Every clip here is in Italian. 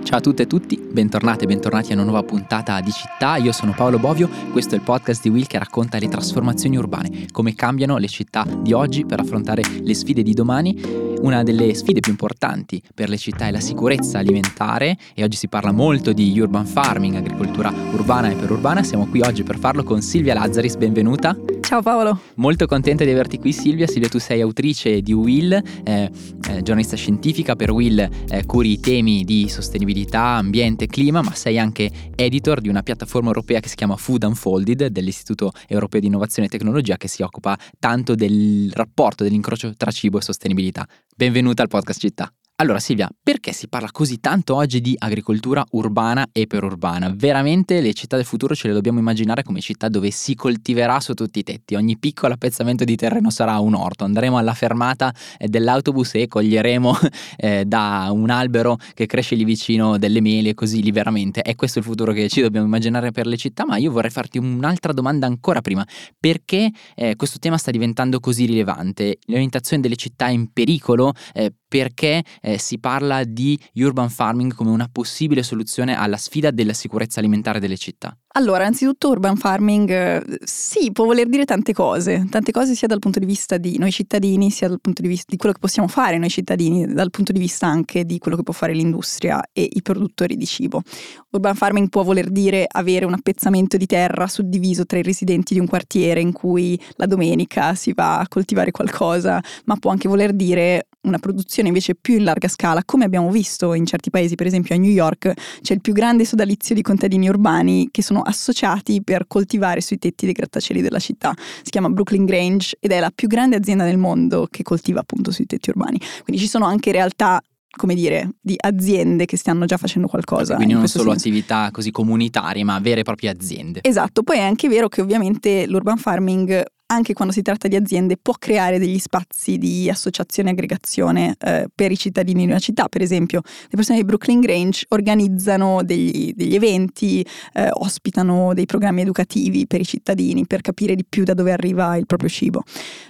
Ciao a tutte e tutti, bentornate e bentornati a una nuova puntata di Città. Io sono Paolo Bovio, questo è il podcast di Will che racconta le trasformazioni urbane, come cambiano le città di oggi per affrontare le sfide di domani. Una delle sfide più importanti per le città è la sicurezza alimentare e oggi si parla molto di urban farming, agricoltura urbana e perurbana. Siamo qui oggi per farlo con Silvia Lazzaris, benvenuta. Ciao Paolo. Molto contenta di averti qui Silvia. Silvia, tu sei autrice di Will, giornalista scientifica per Will, curi i temi di sostenibilità, ambiente e clima, ma sei anche editor di una piattaforma europea che si chiama Food Unfolded dell'Istituto Europeo di Innovazione e Tecnologia, che si occupa tanto del rapporto, dell'incrocio tra cibo e sostenibilità. Benvenuta al podcast Città. Allora Silvia, perché si parla così tanto oggi di agricoltura urbana e perurbana? Veramente le città del futuro ce le dobbiamo immaginare come città dove si coltiverà su tutti i tetti, ogni piccolo appezzamento di terreno sarà un orto, andremo alla fermata dell'autobus e coglieremo da un albero che cresce lì vicino delle mele, così liberamente. È questo il futuro che ci dobbiamo immaginare per le città, ma io vorrei farti un'altra domanda ancora prima. Perché questo tema sta diventando così rilevante? L'orientazione delle città è in pericolo? Perché si parla di urban farming come una possibile soluzione alla sfida della sicurezza alimentare delle città? Allora, anzitutto urban farming sì, può voler dire tante cose sia dal punto di vista di noi cittadini, sia dal punto di vista di quello che possiamo fare noi cittadini, dal punto di vista anche di quello che può fare l'industria e i produttori di cibo. Urban farming può voler dire avere un appezzamento di terra suddiviso tra i residenti di un quartiere in cui la domenica si va a coltivare qualcosa, ma può anche voler dire una produzione invece più in larga scala, come abbiamo visto in certi paesi. Per esempio a New York c'è il più grande sodalizio di contadini urbani che sono associati per coltivare sui tetti dei grattacieli della città. Si chiama Brooklyn Grange ed è la più grande azienda del mondo che coltiva appunto sui tetti urbani. Quindi ci sono anche realtà, come dire, di aziende che stanno già facendo qualcosa. Quindi non solo senso. Attività così comunitarie, ma vere e proprie aziende. Esatto, poi è anche vero che ovviamente l'urban farming, anche quando si tratta di aziende, può creare degli spazi di associazione e aggregazione per i cittadini di una città. Per esempio, le persone di Brooklyn Grange organizzano degli eventi, ospitano dei programmi educativi per i cittadini per capire di più da dove arriva il proprio cibo.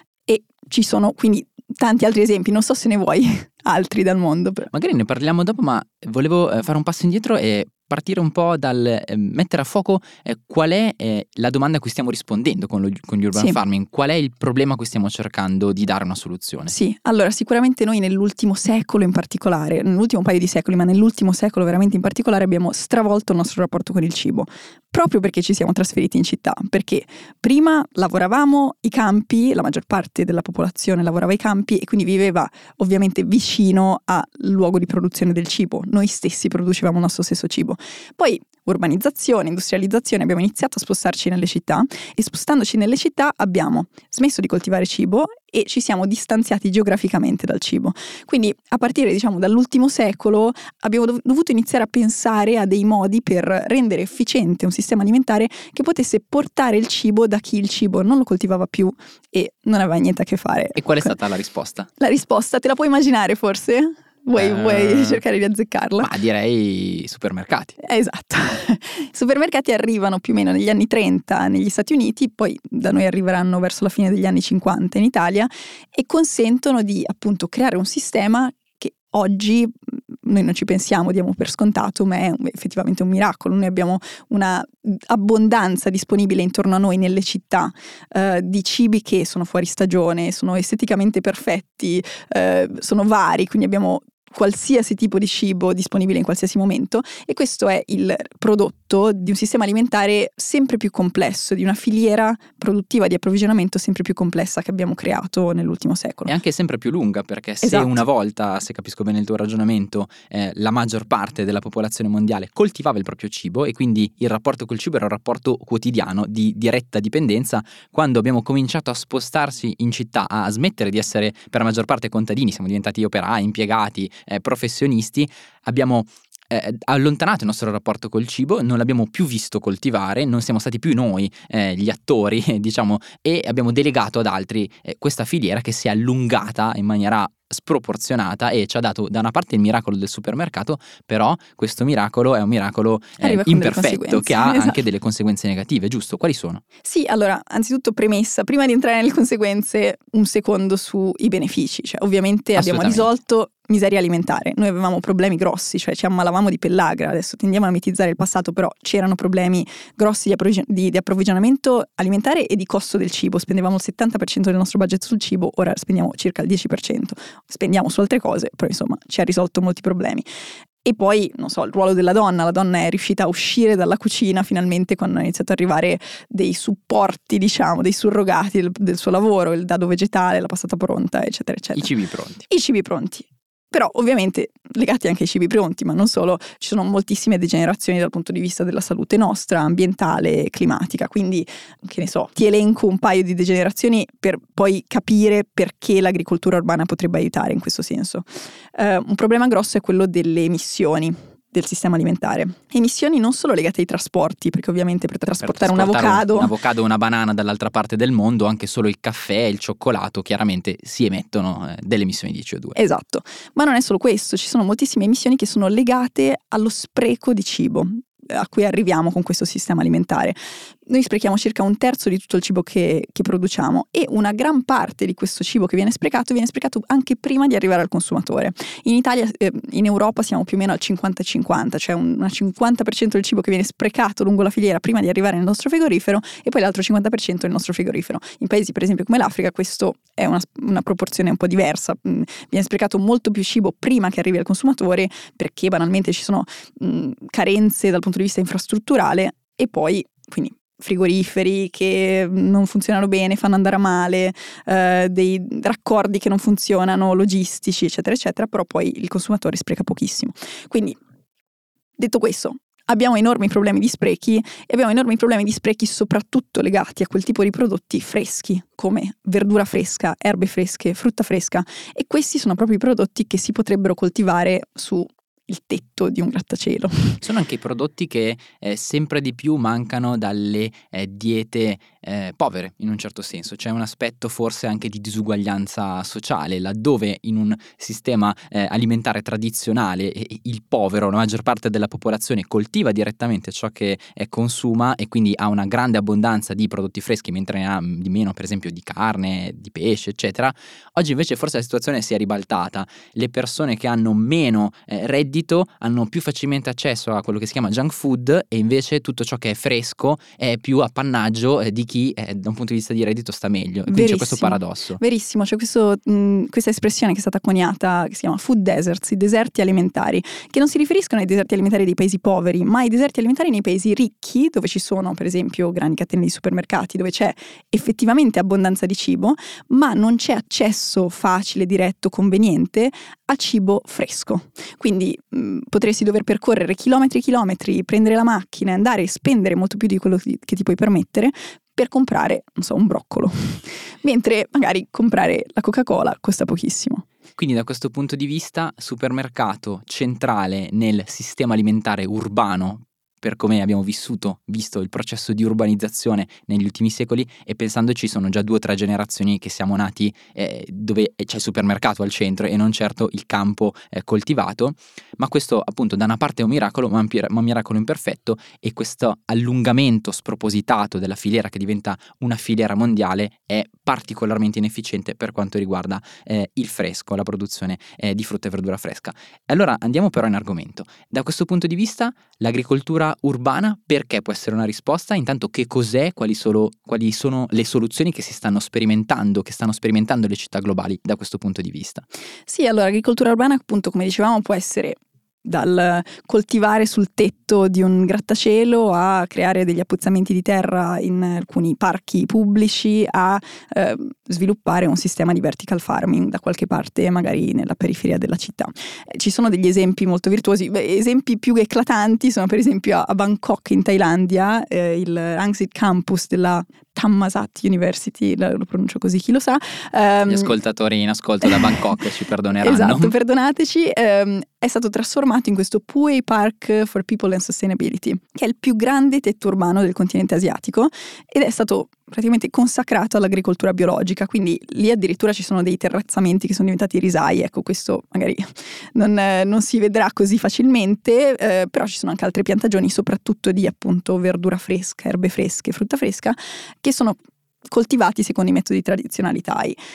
E ci sono quindi tanti altri esempi, non so se ne vuoi altri dal mondo. Magari ne parliamo dopo, ma volevo fare un passo indietro e partire un po' dal mettere a fuoco qual è la domanda a cui stiamo rispondendo con gli urban farming, qual è il problema a cui stiamo cercando di dare una soluzione. Sì, allora sicuramente noi nell'ultimo secolo in particolare, nell'ultimo paio di secoli, ma nell'ultimo secolo veramente in particolare abbiamo stravolto il nostro rapporto con il cibo, proprio perché ci siamo trasferiti in città, perché prima lavoravamo i campi, la maggior parte della popolazione lavorava i campi e quindi viveva ovviamente vicino al luogo di produzione del cibo, noi stessi producevamo il nostro stesso cibo. Poi urbanizzazione, industrializzazione, abbiamo iniziato a spostarci nelle città e spostandoci nelle città abbiamo smesso di coltivare cibo e ci siamo distanziati geograficamente dal cibo. Quindi a partire dall'ultimo secolo abbiamo dovuto iniziare a pensare a dei modi per rendere efficiente un sistema alimentare che potesse portare il cibo da chi il cibo non lo coltivava più e non aveva niente a che fare. E qual è stata la risposta? La risposta te la puoi immaginare forse? Vuoi cercare di azzeccarla? Ma direi supermercati. Esatto. I supermercati arrivano più o meno negli anni 30 negli Stati Uniti, poi da noi arriveranno verso la fine degli anni 50 in Italia e consentono di appunto creare un sistema che oggi noi non ci pensiamo, diamo per scontato, ma è effettivamente un miracolo. Noi abbiamo una abbondanza disponibile intorno a noi nelle città di cibi che sono fuori stagione, sono esteticamente perfetti, sono vari, quindi abbiamo qualsiasi tipo di cibo disponibile in qualsiasi momento e questo è il prodotto di un sistema alimentare sempre più complesso, di una filiera produttiva di approvvigionamento sempre più complessa che abbiamo creato nell'ultimo secolo. E anche sempre più lunga, perché se una volta, se capisco bene il tuo ragionamento, la maggior parte della popolazione mondiale coltivava il proprio cibo e quindi il rapporto col cibo era un rapporto quotidiano di diretta dipendenza, quando abbiamo cominciato a spostarsi in città, a smettere di essere per la maggior parte contadini, siamo diventati operai, impiegati, professionisti, abbiamo allontanato il nostro rapporto col cibo, non l'abbiamo più visto coltivare, non siamo stati più noi gli attori diciamo, e abbiamo delegato ad altri questa filiera che si è allungata in maniera sproporzionata e ci ha dato da una parte il miracolo del supermercato, però questo miracolo è un miracolo imperfetto che ha anche delle conseguenze negative, giusto? Quali sono? Sì, allora, anzitutto premessa, prima di entrare nelle conseguenze, un secondo sui benefici, cioè ovviamente abbiamo risolto miseria alimentare. Noi avevamo problemi grossi, cioè ci ammalavamo di pellagra. Adesso tendiamo a mitizzare il passato, però c'erano problemi grossi di approvvigionamento alimentare e di costo del cibo. Spendevamo il 70% del nostro budget sul cibo, ora spendiamo circa il 10%. Spendiamo su altre cose, però insomma ci ha risolto molti problemi. E poi, non so, il ruolo della donna. La donna è riuscita a uscire dalla cucina finalmente quando hanno iniziato ad arrivare dei supporti, diciamo, dei surrogati del suo lavoro, il dado vegetale, la passata pronta, eccetera, eccetera. I cibi pronti. Però ovviamente legati anche ai cibi pronti, ma non solo, ci sono moltissime degenerazioni dal punto di vista della salute nostra, ambientale e climatica. Quindi, che ne so, ti elenco un paio di degenerazioni per poi capire perché l'agricoltura urbana potrebbe aiutare in questo senso. Un problema grosso è quello delle emissioni del sistema alimentare. Emissioni non solo legate ai trasporti, perché ovviamente per trasportare un avocado o una banana dall'altra parte del mondo, anche solo il caffè e il cioccolato chiaramente si emettono delle emissioni di CO2. Esatto, ma non è solo questo, ci sono moltissime emissioni che sono legate allo spreco di cibo a cui arriviamo con questo sistema alimentare. Noi sprechiamo circa un terzo di tutto il cibo che produciamo, e una gran parte di questo cibo che viene sprecato anche prima di arrivare al consumatore. In Italia, in Europa siamo più o meno al 50-50, cioè un 50% del cibo che viene sprecato lungo la filiera prima di arrivare nel nostro frigorifero e poi l'altro 50% nel nostro frigorifero. In paesi per esempio come l'Africa questo è una proporzione un po' diversa, viene sprecato molto più cibo prima che arrivi al consumatore, perché banalmente ci sono carenze dal punto di vista infrastrutturale, e poi quindi frigoriferi che non funzionano bene, fanno andare a male, dei raccordi che non funzionano, logistici, eccetera, eccetera, però poi il consumatore spreca pochissimo. Quindi, detto questo, abbiamo enormi problemi di sprechi, e abbiamo enormi problemi di sprechi soprattutto legati a quel tipo di prodotti freschi, come verdura fresca, erbe fresche, frutta fresca, e questi sono proprio i prodotti che si potrebbero coltivare su il tetto di un grattacielo. Sono anche i prodotti che sempre di più mancano dalle diete povere, in un certo senso. C'è un aspetto forse anche di disuguaglianza sociale, laddove in un sistema alimentare tradizionale il povero, la maggior parte della popolazione, coltiva direttamente ciò che consuma e quindi ha una grande abbondanza di prodotti freschi, mentre ne ha di meno, per esempio, di carne, di pesce, eccetera. Oggi invece forse la situazione si è ribaltata. Le persone che hanno meno reddito hanno più facilmente accesso a quello che si chiama junk food, e invece tutto ciò che è fresco è più appannaggio di chi da un punto di vista di reddito sta meglio. E quindi c'è questo paradosso. Verissimo, c'è questa espressione che è stata coniata, che si chiama food deserts, i deserti alimentari, che non si riferiscono ai deserti alimentari dei paesi poveri, ma ai deserti alimentari nei paesi ricchi, dove ci sono per esempio grandi catene di supermercati, dove c'è effettivamente abbondanza di cibo, ma non c'è accesso facile, diretto, conveniente a cibo fresco. Quindi potresti dover percorrere chilometri e chilometri, prendere la macchina, andare e spendere molto più di quello che ti puoi permettere per comprare, non so, un broccolo, mentre magari comprare la Coca-Cola costa pochissimo. Quindi da questo punto di vista, supermercato centrale nel sistema alimentare urbano, per come abbiamo visto il processo di urbanizzazione negli ultimi secoli, e pensandoci sono già 2 o 3 generazioni che siamo nati dove c'è il supermercato al centro e non certo il campo coltivato, ma questo appunto da una parte è un miracolo, ma un miracolo imperfetto, e questo allungamento spropositato della filiera che diventa una filiera mondiale è particolarmente inefficiente per quanto riguarda il fresco, la produzione di frutta e verdura fresca. Allora andiamo però in argomento. Da questo punto di vista l'agricoltura urbana perché può essere una risposta? Intanto che cos'è, quali sono le soluzioni che stanno sperimentando le città globali da questo punto di vista? Sì, allora l'agricoltura urbana, appunto, come dicevamo, può essere dal coltivare sul tetto di un grattacielo a creare degli appuzzamenti di terra in alcuni parchi pubblici, a sviluppare un sistema di vertical farming da qualche parte, magari nella periferia della città. Ci sono degli esempi molto virtuosi. Esempi più eclatanti sono per esempio a Bangkok in Thailandia, il Rangsit Campus della Thammasat University, lo pronuncio così, chi lo sa. Gli ascoltatori in ascolto da Bangkok ci perdoneranno. Esatto, perdonateci. È stato trasformato in questo Puhey Park for People and Sustainability, che è il più grande tetto urbano del continente asiatico, ed è stato praticamente consacrato all'agricoltura biologica, quindi lì addirittura ci sono dei terrazzamenti che sono diventati risai. Ecco, questo magari non si vedrà così facilmente, però ci sono anche altre piantagioni, soprattutto di appunto verdura fresca, erbe fresche, frutta fresca, che sono coltivati secondo i metodi tradizionali Thai.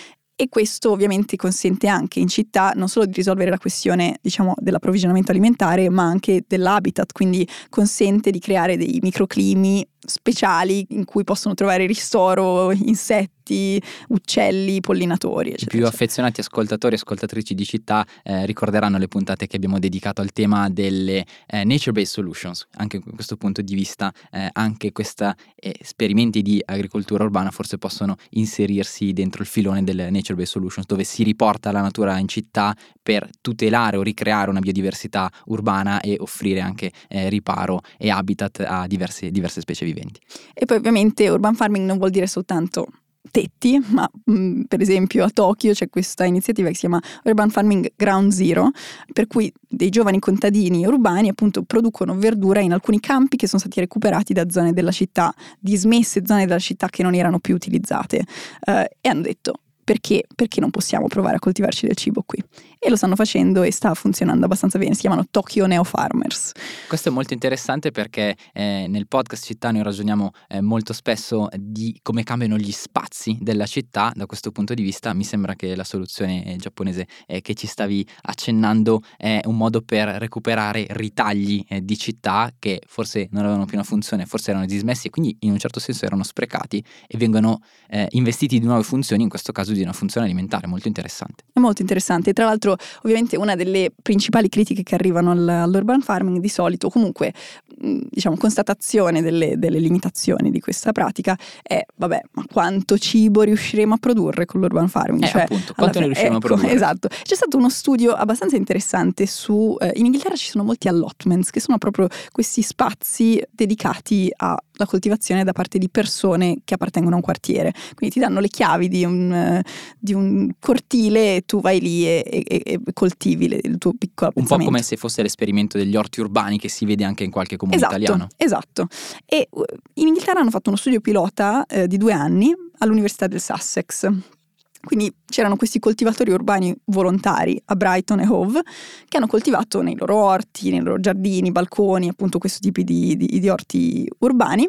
e questo ovviamente consente anche in città non solo di risolvere la questione, diciamo, dell'approvvigionamento alimentare, ma anche dell'habitat, quindi consente di creare dei microclimi speciali in cui possono trovare ristoro insetti, uccelli, pollinatori, I eccetera, più eccetera. affezionati ascoltatori e ascoltatrici di città ricorderanno le puntate che abbiamo dedicato al tema delle nature-based solutions. Anche da questo punto di vista, anche questi esperimenti di agricoltura urbana forse possono inserirsi dentro il filone delle nature-based solutions, dove si riporta la natura in città per tutelare o ricreare una biodiversità urbana e offrire anche riparo e habitat a diverse specie viventi. E poi ovviamente urban farming non vuol dire soltanto tetti, ma per esempio a Tokyo c'è questa iniziativa che si chiama Urban Farming Ground Zero, per cui dei giovani contadini urbani appunto producono verdura in alcuni campi che sono stati recuperati da zone della città, dismesse zone della città che non erano più utilizzate, e hanno detto perché non possiamo provare a coltivarci del cibo qui? E lo stanno facendo e sta funzionando abbastanza bene, si chiamano Tokyo Neo Farmers. Questo è molto interessante perché nel podcast Città noi ragioniamo molto spesso di come cambiano gli spazi della città. Da questo punto di vista mi sembra che la soluzione giapponese che ci stavi accennando è un modo per recuperare ritagli di città che forse non avevano più una funzione, forse erano dismessi e quindi in un certo senso erano sprecati e vengono investiti di nuove funzioni, in questo caso di una funzione alimentare. Molto interessante. È molto interessante. Tra l'altro, ovviamente, una delle principali critiche che arrivano all'urban farming di solito, comunque, diciamo, constatazione delle limitazioni di questa pratica è, vabbè, ma quanto cibo riusciremo a produrre con l'urban farming? Cioè, appunto, quanto ne riusciremo a produrre? Esatto. C'è stato uno studio abbastanza interessante su, in Inghilterra ci sono molti allotments, che sono proprio questi spazi dedicati alla coltivazione da parte di persone che appartengono a un quartiere. Quindi ti danno le chiavi di un cortile e tu vai lì e coltivi il tuo piccolo appezzamento. Un po' come se fosse l'esperimento degli orti urbani che si vede anche in qualche comune italiano. Esatto. E in Inghilterra hanno fatto uno studio pilota di 2 anni all'Università del Sussex. Quindi c'erano questi coltivatori urbani volontari a Brighton e Hove che hanno coltivato nei loro orti, nei loro giardini, balconi, appunto questo tipo di orti urbani,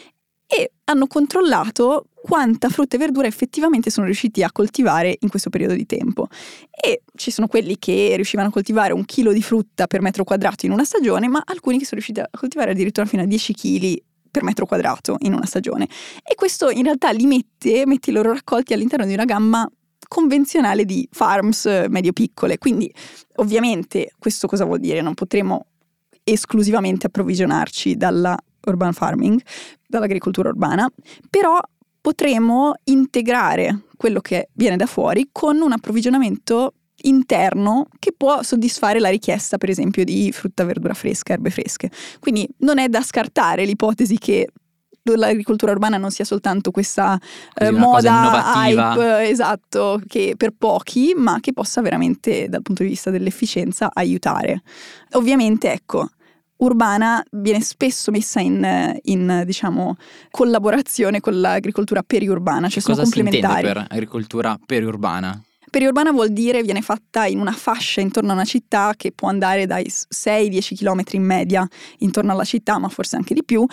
e hanno controllato quanta frutta e verdura effettivamente sono riusciti a coltivare in questo periodo di tempo. E ci sono quelli che riuscivano a coltivare 1 chilo di frutta per metro quadrato in una stagione, ma alcuni che sono riusciti a coltivare addirittura fino a 10 chili per metro quadrato in una stagione. E questo in realtà li mette i loro raccolti all'interno di una gamma convenzionale di farms medio-piccole. Quindi ovviamente questo cosa vuol dire? Non potremo esclusivamente approvvigionarci dalla urban farming, dall'agricoltura urbana, però potremo integrare quello che viene da fuori con un approvvigionamento interno che può soddisfare la richiesta, per esempio, di frutta, verdura fresca, erbe fresche. Quindi non è da scartare l'ipotesi che l'agricoltura urbana non sia soltanto questa moda hype, esatto, che per pochi, ma che possa veramente, dal punto di vista dell'efficienza, aiutare. Ovviamente, ecco, urbana viene spesso messa in diciamo collaborazione con l'agricoltura periurbana, cioè sono complementari. Cosa si intende per agricoltura periurbana? Periurbana vuol dire viene fatta in una fascia intorno a una città che può andare dai 6-10 km in media intorno alla città, ma forse anche di più,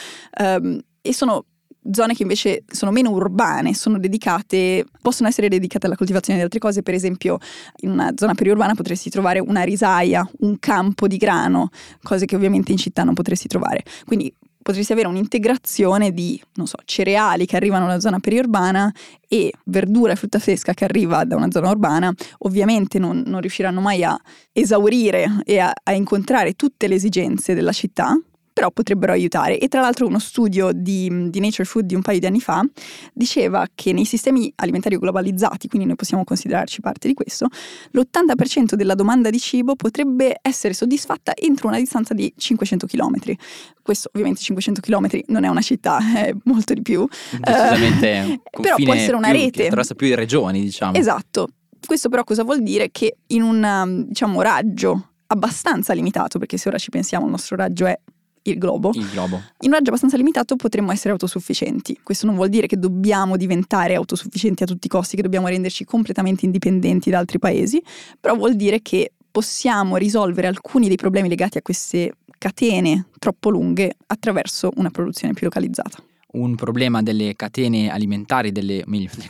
e sono zone che invece sono meno urbane, possono essere dedicate alla coltivazione di altre cose. Per esempio in una zona periurbana potresti trovare una risaia, un campo di grano, cose che ovviamente in città non potresti trovare. Quindi potresti avere un'integrazione di, non so, cereali che arrivano da una zona periurbana e verdura e frutta fresca che arriva da una zona urbana. Ovviamente non riusciranno mai a esaurire e a incontrare tutte le esigenze della città, però potrebbero aiutare. E tra l'altro uno studio di Nature Food di un paio di anni fa diceva che nei sistemi alimentari globalizzati, quindi noi possiamo considerarci parte di questo, l'80% della domanda di cibo potrebbe essere soddisfatta entro una distanza di 500 km. Questo ovviamente 500 km non è una città, è molto di più. Decisamente però può essere una rete. Che attraversa più regioni, diciamo. Esatto. Questo però cosa vuol dire? Che in un, diciamo, raggio abbastanza limitato, perché se ora ci pensiamo il nostro raggio è il globo. In un raggio abbastanza limitato potremmo essere autosufficienti. Questo non vuol dire che dobbiamo diventare autosufficienti a tutti i costi, che dobbiamo renderci completamente indipendenti da altri paesi, però vuol dire che possiamo risolvere alcuni dei problemi legati a queste catene troppo lunghe attraverso una produzione più localizzata. un problema delle catene alimentari, delle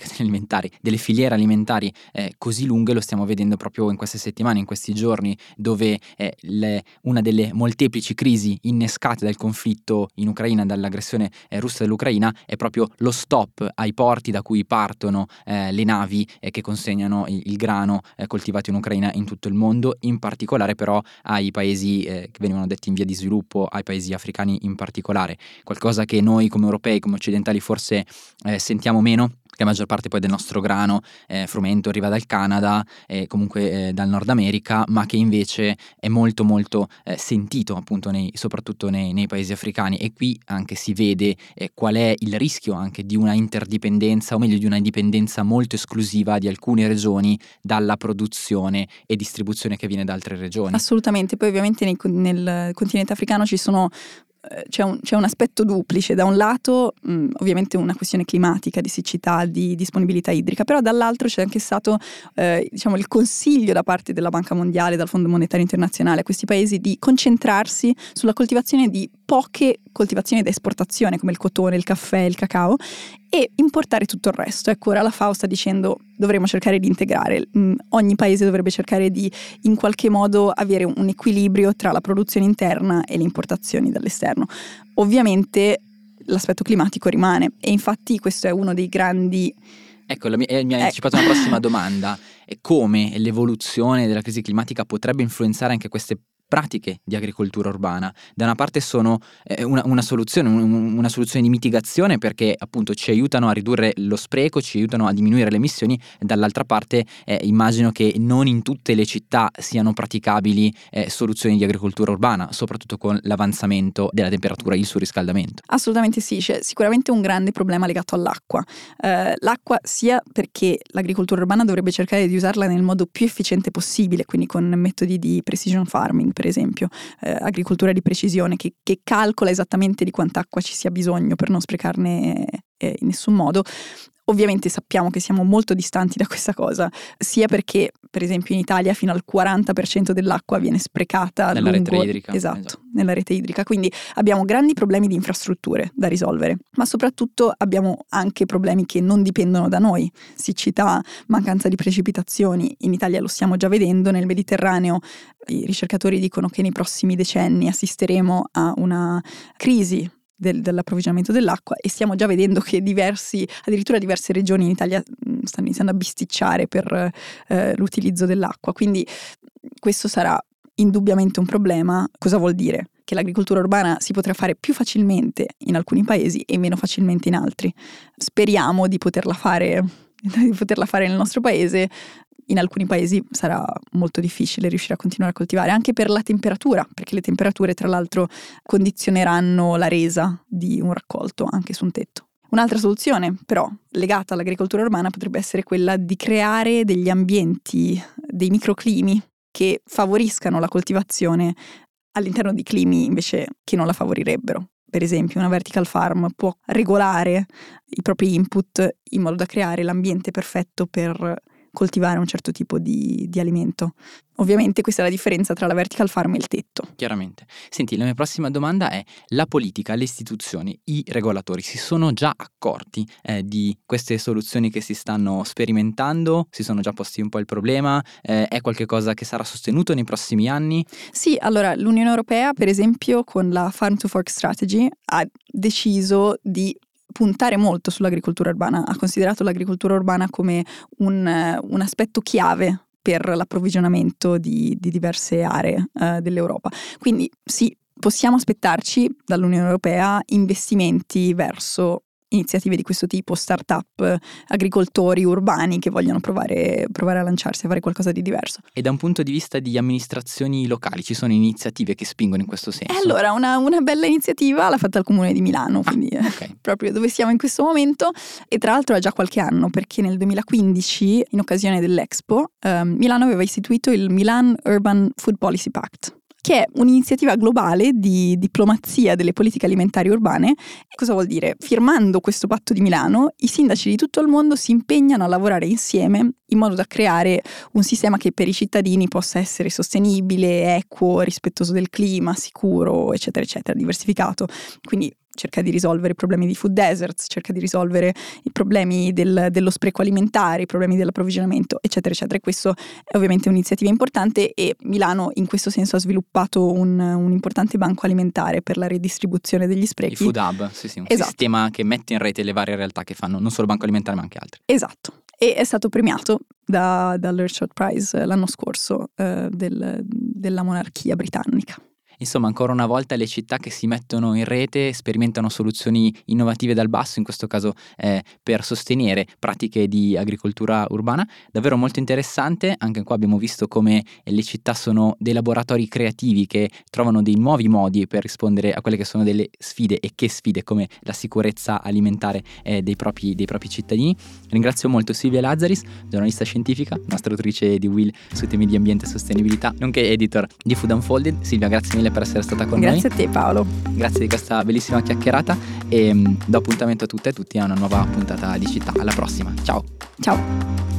filiere alimentari così lunghe lo stiamo vedendo proprio in queste settimane, in questi giorni, dove una delle molteplici crisi innescate dal conflitto in Ucraina, dall'aggressione russa dell'Ucraina, è proprio lo stop ai porti da cui partono le navi che consegnano il grano coltivato in Ucraina in tutto il mondo, in particolare però ai paesi che venivano detti in via di sviluppo, ai paesi africani in particolare, qualcosa che noi come europei, come occidentali forse sentiamo meno, che la maggior parte poi del nostro grano frumento arriva dal Canada e comunque dal Nord America, ma che invece è molto molto sentito appunto soprattutto nei paesi africani, e qui anche si vede qual è il rischio anche di una interdipendenza, o meglio di una dipendenza molto esclusiva di alcune regioni dalla produzione e distribuzione che viene da altre regioni. Assolutamente, poi ovviamente nel continente africano c'è un aspetto duplice: da un lato ovviamente una questione climatica, di siccità, di disponibilità idrica, però dall'altro c'è anche stato il consiglio da parte della Banca Mondiale, dal Fondo Monetario Internazionale, a questi paesi di concentrarsi sulla coltivazione di poche coltivazioni da esportazione come il cotone, il caffè, il cacao, e importare tutto il resto. Ecco, ora la FAO sta dicendo dovremmo cercare di integrare, ogni paese dovrebbe cercare di in qualche modo avere un equilibrio tra la produzione interna e le importazioni dall'esterno. Ovviamente l'aspetto climatico rimane, e infatti questo è uno dei grandi... Ecco, mi hai anticipato una prossima domanda: è come l'evoluzione della crisi climatica potrebbe influenzare anche queste pratiche di agricoltura urbana. Da una parte sono una soluzione di mitigazione, perché appunto ci aiutano a ridurre lo spreco, ci aiutano a diminuire le emissioni, dall'altra parte immagino che non in tutte le città siano praticabili soluzioni di agricoltura urbana, soprattutto con l'avanzamento della temperatura, il surriscaldamento. Assolutamente sì, c'è sicuramente un grande problema legato all'acqua. L'acqua, sia perché l'agricoltura urbana dovrebbe cercare di usarla nel modo più efficiente possibile, quindi con metodi di precision farming, per esempio, agricoltura di precisione che calcola esattamente di quanta acqua ci sia bisogno per non sprecarne in nessun modo. Ovviamente sappiamo che siamo molto distanti da questa cosa, sia perché per esempio in Italia fino al 40% dell'acqua viene sprecata nella rete idrica. Esatto, nella rete idrica, quindi abbiamo grandi problemi di infrastrutture da risolvere, ma soprattutto abbiamo anche problemi che non dipendono da noi: siccità, mancanza di precipitazioni. In Italia lo stiamo già vedendo, nel Mediterraneo i ricercatori dicono che nei prossimi decenni assisteremo a una crisi dell'approvvigionamento dell'acqua, e stiamo già vedendo che addirittura diverse regioni in Italia stanno iniziando a bisticciare per l'utilizzo dell'acqua. Quindi questo sarà indubbiamente un problema. Cosa vuol dire? Che l'agricoltura urbana si potrà fare più facilmente in alcuni paesi e meno facilmente in altri. Speriamo di poterla fare nel nostro paese. In alcuni paesi sarà molto difficile riuscire a continuare a coltivare, anche per la temperatura, perché le temperature tra l'altro condizioneranno la resa di un raccolto anche su un tetto. Un'altra soluzione però legata all'agricoltura urbana potrebbe essere quella di creare degli ambienti, dei microclimi che favoriscano la coltivazione all'interno di climi invece che non la favorirebbero. Per esempio una vertical farm può regolare i propri input in modo da creare l'ambiente perfetto per coltivare un certo tipo di alimento. Ovviamente questa è la differenza tra la vertical farm e il tetto. Chiaramente. Senti, la mia prossima domanda è: la politica, le istituzioni, i regolatori si sono già accorti di queste soluzioni che si stanno sperimentando? Si sono già posti un po' il problema? È qualcosa che sarà sostenuto nei prossimi anni? Sì, allora l'Unione Europea per esempio con la Farm to Fork Strategy ha deciso di puntare molto sull'agricoltura urbana, ha considerato l'agricoltura urbana come un aspetto chiave per l'approvvigionamento di diverse aree dell'Europa. Quindi sì, possiamo aspettarci dall'Unione Europea investimenti verso iniziative di questo tipo, start-up, agricoltori urbani che vogliono provare a lanciarsi, a fare qualcosa di diverso. E da un punto di vista di amministrazioni locali ci sono iniziative che spingono in questo senso? Allora, una bella iniziativa l'ha fatta il Comune di Milano, quindi okay. Proprio dove siamo in questo momento, e tra l'altro ha già qualche anno, perché nel 2015, in occasione dell'Expo, Milano aveva istituito il Milan Urban Food Policy Pact, che è un'iniziativa globale di diplomazia delle politiche alimentari urbane. E cosa vuol dire? Firmando questo patto di Milano, i sindaci di tutto il mondo si impegnano a lavorare insieme in modo da creare un sistema che per i cittadini possa essere sostenibile, equo, rispettoso del clima, sicuro, eccetera, eccetera, diversificato. Quindi cerca di risolvere i problemi di food deserts, cerca di risolvere i problemi dello spreco alimentare, i problemi dell'approvvigionamento, eccetera, eccetera. E questo è ovviamente un'iniziativa importante, e Milano in questo senso ha sviluppato un importante banco alimentare per la redistribuzione degli sprechi. Il Food Hub, sì, un esatto. sistema che mette in rete le varie realtà che fanno non solo banco alimentare ma anche altri. Esatto, e è stato premiato dall'Earthshot Prize l'anno scorso della monarchia britannica. Insomma, ancora una volta le città che si mettono in rete sperimentano soluzioni innovative dal basso, in questo caso per sostenere pratiche di agricoltura urbana. Davvero molto interessante. Anche qua abbiamo visto come le città sono dei laboratori creativi che trovano dei nuovi modi per rispondere a quelle che sono delle sfide, e che sfide, come la sicurezza alimentare dei propri cittadini. Ringrazio molto Silvia Lazzaris, giornalista scientifica, nostra autrice di Will sui temi di ambiente e sostenibilità, nonché editor di Food Unfolded. Silvia, grazie mille per essere stata con noi. Grazie a te, Paolo. Grazie di questa bellissima chiacchierata, e do appuntamento a tutte e tutti a una nuova puntata di Città. Alla prossima, ciao. Ciao.